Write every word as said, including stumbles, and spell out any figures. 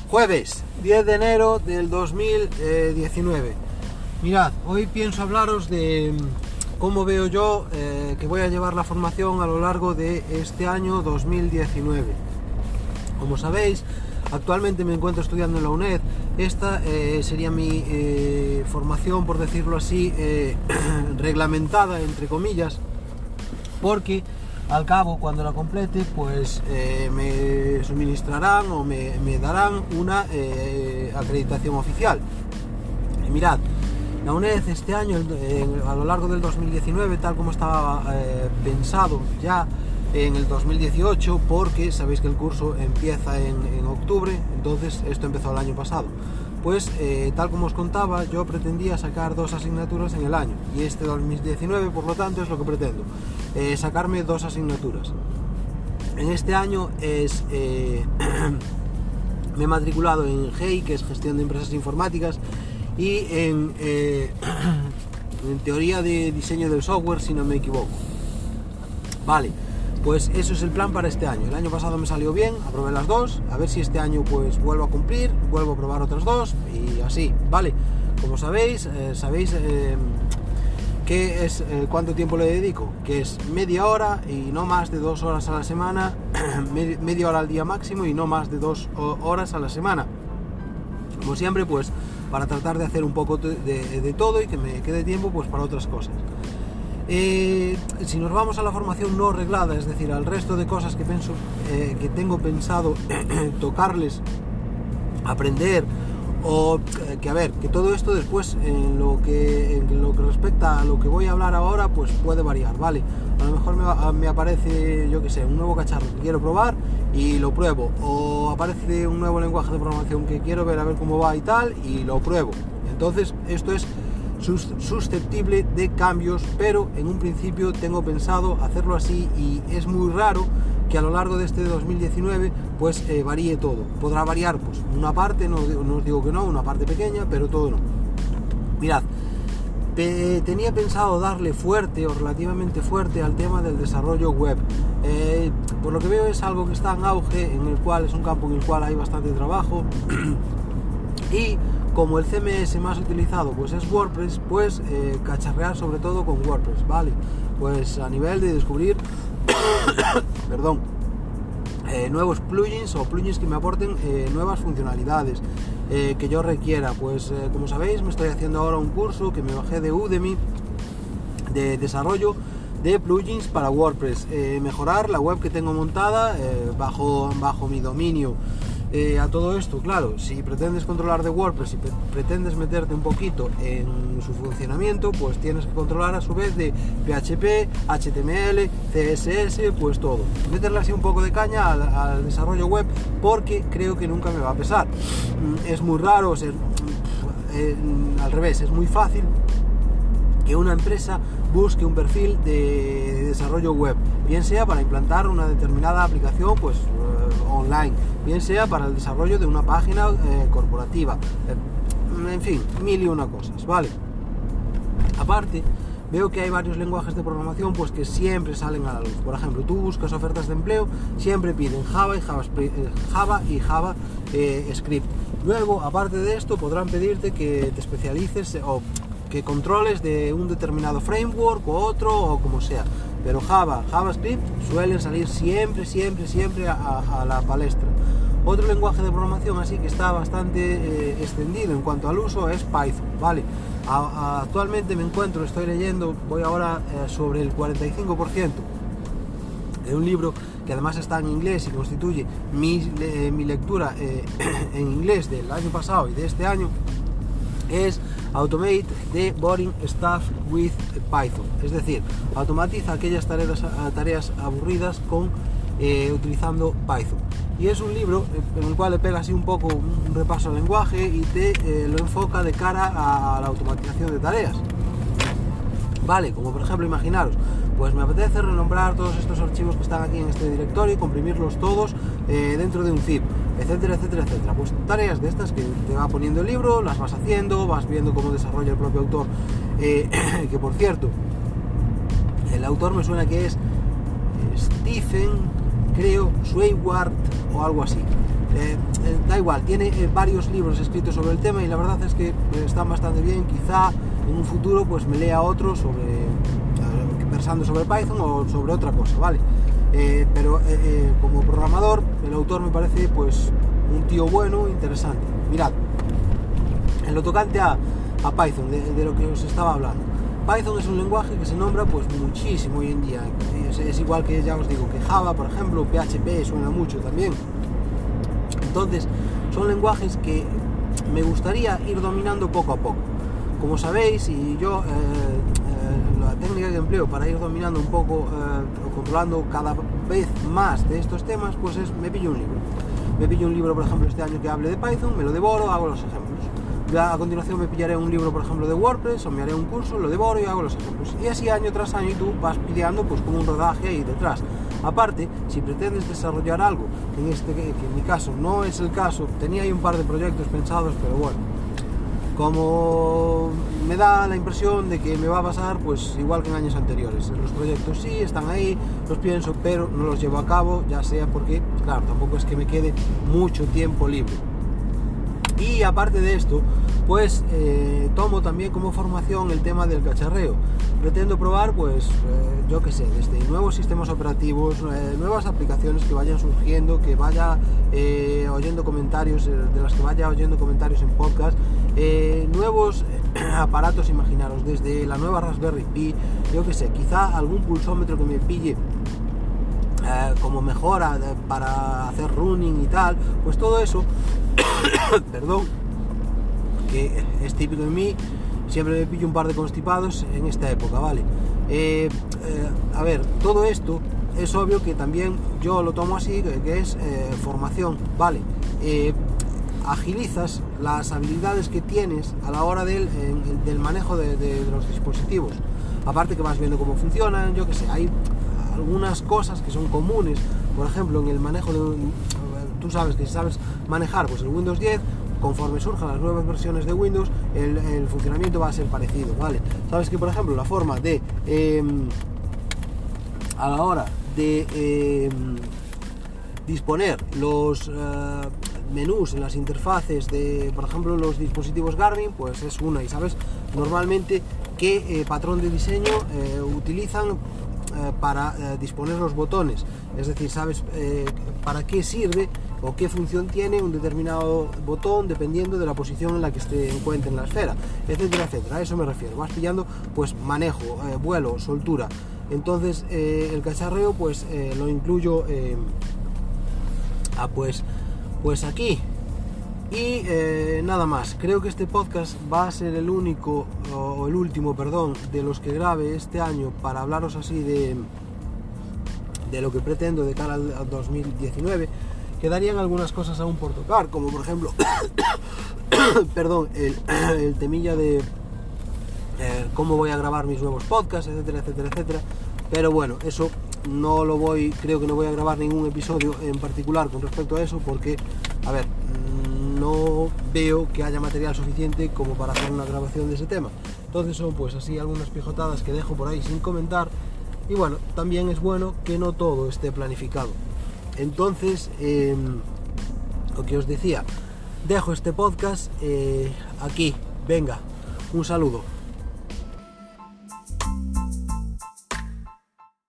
Jueves diez de enero del dos mil diecinueve. Mirad, hoy pienso hablaros de cómo veo yo eh, que voy a llevar la formación a lo largo de este año dos mil diecinueve. Como sabéis, actualmente me encuentro estudiando en la UNED. Esta eh, sería mi eh, formación, por decirlo así, eh, reglamentada, entre comillas, porque al cabo, cuando la complete, pues eh, me suministrarán o me, me darán una eh, acreditación oficial. Y mirad, la UNED este año, eh, a lo largo del dos mil diecinueve, tal como estaba eh, pensado ya en el dos mil dieciocho, porque sabéis que el curso empieza en, en octubre, entonces esto empezó el año pasado. Pues eh, tal como os contaba, yo pretendía sacar dos asignaturas en el año, y este dos mil diecinueve, por lo tanto, es lo que pretendo, eh, sacarme dos asignaturas. En este año es eh, me he matriculado en G E I, que es Gestión de Empresas Informáticas, y en, eh, en Teoría de Diseño del Software, si no me equivoco. Vale, pues eso es el plan para este año. El año pasado me salió bien, aprobé las dos, a ver si este año pues vuelvo a cumplir, vuelvo a probar otras dos y así, ¿vale? Como sabéis, eh, sabéis eh, qué es, eh, cuánto tiempo le dedico, que es media hora y no más de dos horas a la semana, media hora al día máximo y no más de dos horas a la semana. Como siempre, pues para tratar de hacer un poco de, de, de todo y que me quede tiempo pues para otras cosas. Eh, si nos vamos a la formación no reglada, es decir, al resto de cosas que pienso, eh, que tengo pensado tocarles, aprender, o que a ver, que todo esto después en lo que, en lo que respecta a lo que voy a hablar ahora, pues puede variar, ¿vale? A lo mejor me, me aparece, yo que sé, un nuevo cacharro que quiero probar y lo pruebo, o aparece un nuevo lenguaje de programación que quiero ver a ver cómo va y tal, y lo pruebo. Entonces esto es susceptible de cambios, pero en un principio tengo pensado hacerlo así, y es muy raro que a lo largo de este dos mil diecinueve pues eh, varíe todo. Podrá variar pues una parte, no, no os digo que no, una parte pequeña, pero todo no. Mirad, te, tenía pensado darle fuerte o relativamente fuerte al tema del desarrollo web. Eh, por lo que veo es algo que está en auge, en el cual es un campo en el cual hay bastante trabajo y como el C M S más utilizado pues es WordPress, pues eh, cacharrear sobre todo con WordPress, ¿vale? Pues a nivel de descubrir perdón, eh, nuevos plugins o plugins que me aporten eh, nuevas funcionalidades eh, que yo requiera. Pues eh, como sabéis, me estoy haciendo ahora un curso que me bajé de Udemy de desarrollo de plugins para WordPress, eh, mejorar la web que tengo montada eh, bajo, bajo mi dominio. Eh, a todo esto, claro, si pretendes controlar de WordPress y pre pretendes meterte un poquito en su funcionamiento, pues tienes que controlar a su vez de P H P, H T M L, C S S, pues todo. Meterle así un poco de caña al, al desarrollo web, porque creo que nunca me va a pesar. Es muy raro, es, eh, al revés, es muy fácil que una empresa busque un perfil de desarrollo web, bien sea para implantar una determinada aplicación pues eh, online, bien sea para el desarrollo de una página eh, corporativa, eh, en fin, mil y una cosas, ¿vale? Aparte, veo que hay varios lenguajes de programación pues que siempre salen a la luz. Por ejemplo, tú buscas ofertas de empleo, siempre piden Java y Java, Java y Java eh, Script. Luego, aparte de esto, podrán pedirte que te especialices o que controles de un determinado framework o otro o como sea, pero Java, JavaScript suelen salir siempre, siempre, siempre a, a la palestra. Otro lenguaje de programación así que está bastante eh, extendido en cuanto al uso es Python, ¿vale? A, a, actualmente me encuentro, estoy leyendo, voy ahora eh, sobre el cuarenta y cinco por ciento de un libro que además está en inglés y constituye mi, eh, mi lectura eh, en inglés del año pasado y de este año. Es Automate the Boring Stuff with Python, es decir, automatiza aquellas tareas, tareas aburridas con eh, utilizando Python. Y es un libro en el cual le pega así un poco un repaso al lenguaje y te eh, lo enfoca de cara a la automatización de tareas. Vale, como por ejemplo, imaginaros, pues me apetece renombrar todos estos archivos que están aquí en este directorio y comprimirlos todos eh, dentro de un zip, etcétera, etcétera, etcétera. Pues tareas de estas que te va poniendo el libro, las vas haciendo, vas viendo cómo desarrolla el propio autor, eh, que por cierto, el autor me suena que es Stephen, creo, Swaywaard o algo así. eh, eh, da igual, tiene eh, varios libros escritos sobre el tema y la verdad es que eh, están bastante bien. Quizá en un futuro pues me lea otro sobre eh, versando sobre Python o sobre otra cosa, ¿vale? Eh, pero eh, eh, como programador el autor me parece pues un tío bueno, interesante. Mirad, en lo tocante a, a Python, de, de lo que os estaba hablando, Python es un lenguaje que se nombra pues muchísimo hoy en día. Es, es igual que, ya os digo, que Java, por ejemplo, P H P suena mucho también. Entonces, son lenguajes que me gustaría ir dominando poco a poco. Como sabéis, y yo, eh, eh, la técnica que empleo para ir dominando un poco, eh, o controlando cada vez más de estos temas, pues es, me pillo un libro. Me pillo un libro, por ejemplo, este año que hable de Python, me lo devoro, hago los ejemplos. Ya a continuación me pillaré un libro, por ejemplo, de WordPress, o me haré un curso, lo devoro y hago los ejemplos. Y así año tras año, y tú vas pillando pues como un rodaje ahí detrás. Aparte, si pretendes desarrollar algo, que en, este, que en mi caso no es el caso, tenía ahí un par de proyectos pensados, pero bueno, como me da la impresión de que me va a pasar pues igual que en años anteriores. Los proyectos sí, están ahí, los pienso, pero no los llevo a cabo, ya sea porque, claro, tampoco es que me quede mucho tiempo libre. Y aparte de esto, pues eh, tomo también como formación el tema del cacharreo. Pretendo probar, pues, eh, yo qué sé, desde nuevos sistemas operativos, eh, nuevas aplicaciones que vayan surgiendo, que vaya eh, oyendo comentarios, eh, de las que vaya oyendo comentarios en podcast, eh, nuevos eh, aparatos, imaginaros, desde la nueva Raspberry Pi, yo qué sé, quizá algún pulsómetro que me pille Eh, como mejora de, para hacer running y tal, pues todo eso perdón, que es típico de mí, siempre me pillo un par de constipados en esta época, ¿vale? Eh, eh, a ver, todo esto es obvio que también yo lo tomo así, que, que es eh, formación, ¿vale? Eh, agilizas las habilidades que tienes a la hora del, en, del manejo de, de, de los dispositivos, aparte que vas viendo cómo funcionan, yo que sé, hay algunas cosas que son comunes, por ejemplo en el manejo de un, tú sabes que si sabes manejar pues el Windows diez, conforme surjan las nuevas versiones de Windows el, el funcionamiento va a ser parecido, ¿vale? Sabes que por ejemplo la forma de eh, a la hora de eh, disponer los eh, menús en las interfaces de, por ejemplo, los dispositivos Garmin, pues es una, y sabes normalmente qué eh, patrón de diseño eh, utilizan eh, para eh, disponer los botones, es decir, sabes eh, para qué sirve o qué función tiene un determinado botón dependiendo de la posición en la que se encuentre en la esfera, etcétera, etcétera. A eso me refiero, vas pillando pues manejo, eh, vuelo, soltura. Entonces eh, el cacharreo pues eh, lo incluyo eh, ah, pues, pues aquí. Y eh, nada más, creo que este podcast va a ser el único o el último, perdón, de los que grabe este año para hablaros así de, de lo que pretendo de cara al, al dos mil diecinueve. Quedarían algunas cosas aún por tocar, como por ejemplo perdón, el, el temilla de eh, cómo voy a grabar mis nuevos podcasts, etcétera, etcétera, etcétera. Pero bueno, eso no lo voy, creo que no voy a grabar ningún episodio en particular con respecto a eso, porque, a ver, no veo que haya material suficiente como para hacer una grabación de ese tema. Entonces son pues así algunas pijotadas que dejo por ahí sin comentar. Y bueno, también es bueno que no todo esté planificado. Entonces, eh, lo que os decía, dejo este podcast eh, aquí. Venga, un saludo.